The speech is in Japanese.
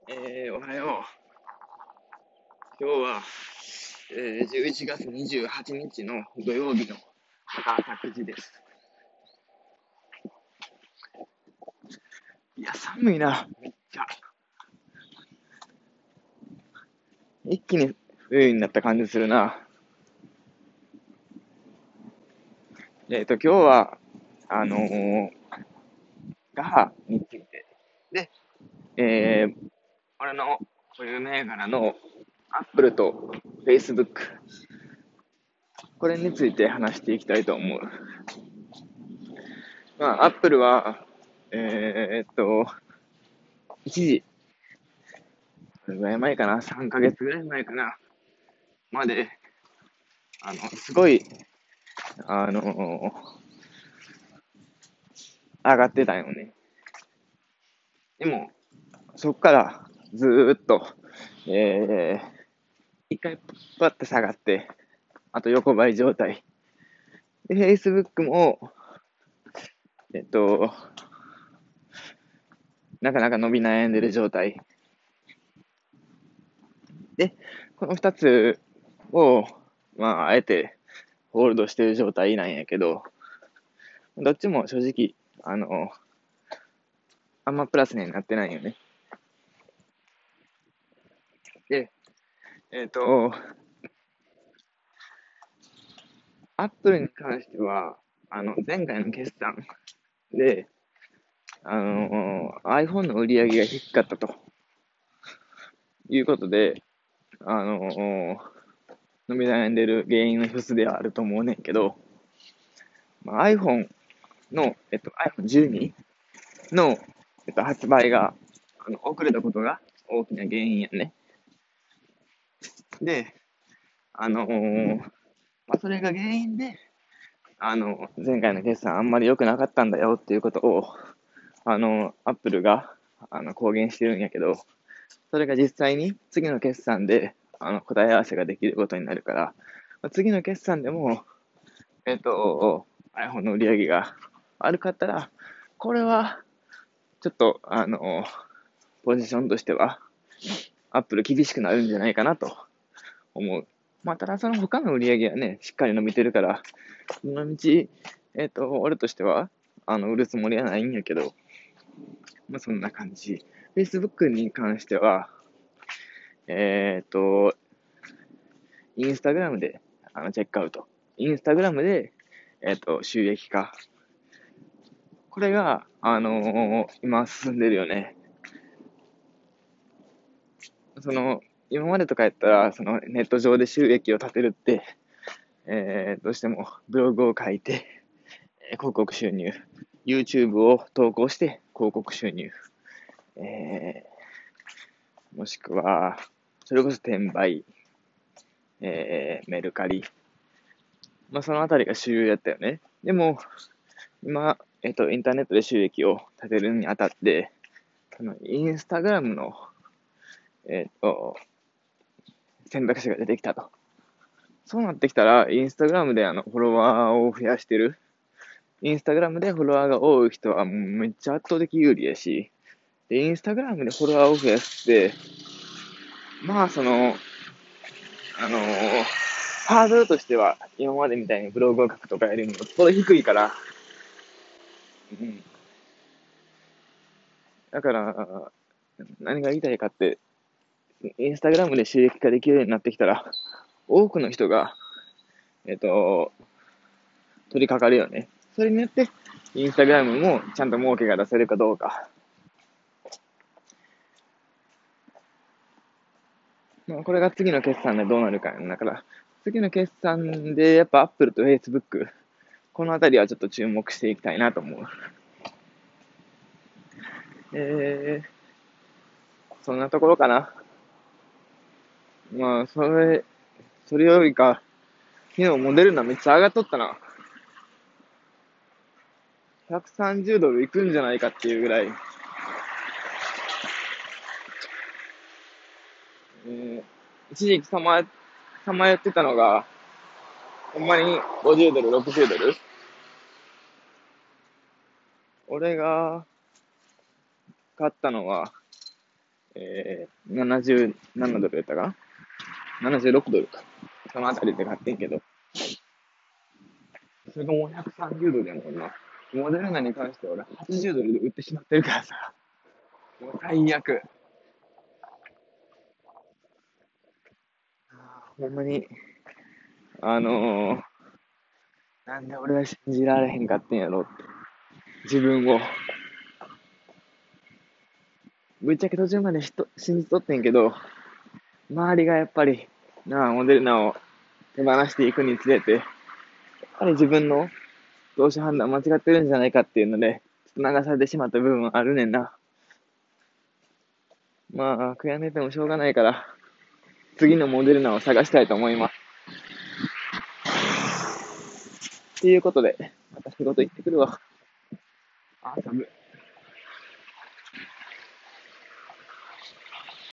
おはよう。今日は、11月28日の土曜日の朝9時です。いや、寒いな、めっちゃ。一気に冬になった感じするな。今日は、ガハについて。で、俺の固有銘柄のアップルとフェイスブック。これについて話していきたいと思う。アップルは、一時、どれぐらい前かな、3ヶ月ぐらい前かな、まで、すごい、あの上がってたよね。でも、そこからずーっと、一回パッと下がって、あと横ばい状態。で、Facebook も、えっと、なかなか伸び悩んでる状態。で、この二つを、あえてホールドしてる状態なんやけど、どっちも正直、あんまプラスになってないよね。で、アップルに関しては、前回の決算で、iPhone の売り上げが低かったということで、伸び悩んでる原因の一つではあると思うねんけど、iPhone の、iPhone12 の、発売が遅れたことが大きな原因やね。で、それが原因で、前回の決算あんまり良くなかったんだよっていうことを、アップルが、公言してるんやけど、それが実際に次の決算で、答え合わせができることになるから、次の決算でも、iPhone の売り上げが悪かったら、これは、ちょっと、ポジションとしては、アップル厳しくなるんじゃないかなと思う。ただその他の売り上げはね、しっかり伸びてるから、その道、俺としては、売るつもりはないんやけど、そんな感じ。Facebook に関しては、インスタグラムで、チェックアウト。インスタグラムで、収益化。これが、今進んでるよね。今までとかやったら、ネット上で収益を立てるって、どうしてもブログを書いて、広告収入。YouTube を投稿して広告収入。もしくは、それこそ転売、メルカリ。そのあたりが主流やったよね。でも、今、インターネットで収益を立てるにあたって、インスタグラムの、選択肢が出てきたと。そうなってきたら、インスタグラムでフォロワーを増やしてる。インスタグラムでフォロワーが多い人はめっちゃ圧倒的有利やし、で、インスタグラムでフォロワーを増やして、ハードルとしては、今までみたいにブログを書くとかやるにも、それ低いから、うん。だから、何が言いたいかって、インスタグラムで収益化できるようになってきたら、多くの人が、取り掛かるよね。それによって、インスタグラムもちゃんと儲けが出せるかどうか。これが次の決算でどうなるかだから、次の決算でやっぱ Apple と Facebook、このあたりはちょっと注目していきたいなと思う。そんなところかな。それよりか、昨日モデルナめっちゃ上がっとったな。130ドルいくんじゃないかっていうぐらい、一時期さまよってたのが、ほんまに50ドル、60ドル。俺が買ったのは、 77ドルやったかな？ 76 ドルか。そのあたりで買ってんけど、それがもう130ドルやもんな。モデルナに関しては俺80ドルで売ってしまってるからさ、もう最悪。ほんまに、あのー、なんで俺は信じられへんかってんやろって。自分を。ぶっちゃけ途中まで信じとってんけど、周りがやっぱり、モデルナを手放していくにつれて、やっぱり自分の投資判断間違ってるんじゃないかっていうので、ちょっと流されてしまった部分はあるねんな。まあ、悔やんでてもしょうがないから、次のモデルナを探したいと思います。っていうことで、また仕事行ってくるわ。あ、寒い。